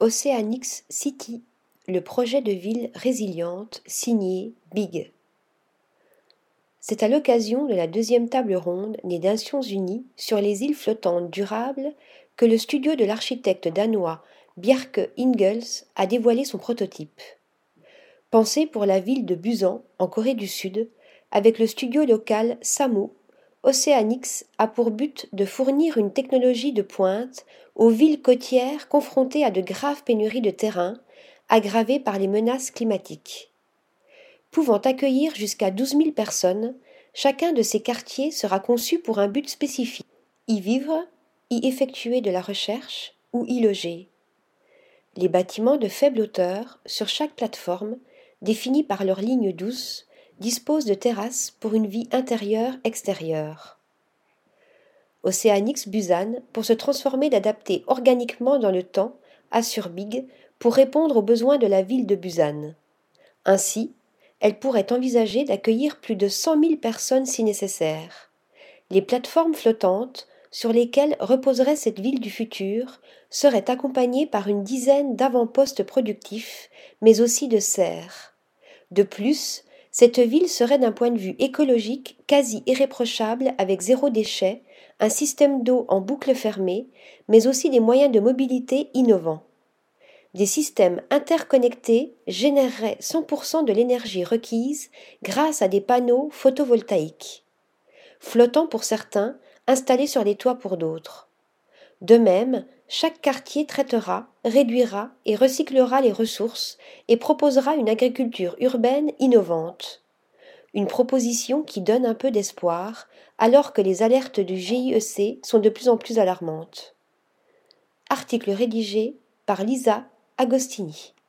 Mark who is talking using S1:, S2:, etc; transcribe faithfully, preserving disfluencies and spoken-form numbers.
S1: Oceanix City, le projet de ville résiliente signé Big. C'est à l'occasion de la deuxième table ronde des Nations Unies sur les îles flottantes durables que le studio de l'architecte danois Bjarke Ingels a dévoilé son prototype. Pensé pour la ville de Busan, en Corée du Sud, avec le studio local Samo, Oceanix a pour but de fournir une technologie de pointe aux villes côtières confrontées à de graves pénuries de terrain, aggravées par les menaces climatiques. Pouvant accueillir jusqu'à douze mille personnes, chacun de ces quartiers sera conçu pour un but spécifique: y vivre, y effectuer de la recherche ou y loger. Les bâtiments de faible hauteur, sur chaque plateforme, définis par leurs lignes douces, disposent de terrasses pour une vie intérieure-extérieure. Oceanix Busan, pour se transformer d'adapter organiquement dans le temps, assure Big pour répondre aux besoins de la ville de Busan. Ainsi, elle pourrait envisager d'accueillir plus de cent mille personnes si nécessaire. Les plateformes flottantes, sur lesquelles reposerait cette ville du futur, seraient accompagnées par une dizaine d'avant-postes productifs, mais aussi de serres. De plus, cette ville serait d'un point de vue écologique quasi irréprochable avec zéro déchet, un système d'eau en boucle fermée, mais aussi des moyens de mobilité innovants. Des systèmes interconnectés généreraient cent pour cent de l'énergie requise grâce à des panneaux photovoltaïques, flottants pour certains, installés sur les toits pour d'autres. De même, chaque quartier traitera, réduira et recyclera les ressources et proposera une agriculture urbaine innovante. Une proposition qui donne un peu d'espoir, alors que les alertes du G I E C sont de plus en plus alarmantes. Article rédigé par Lisa Agostini.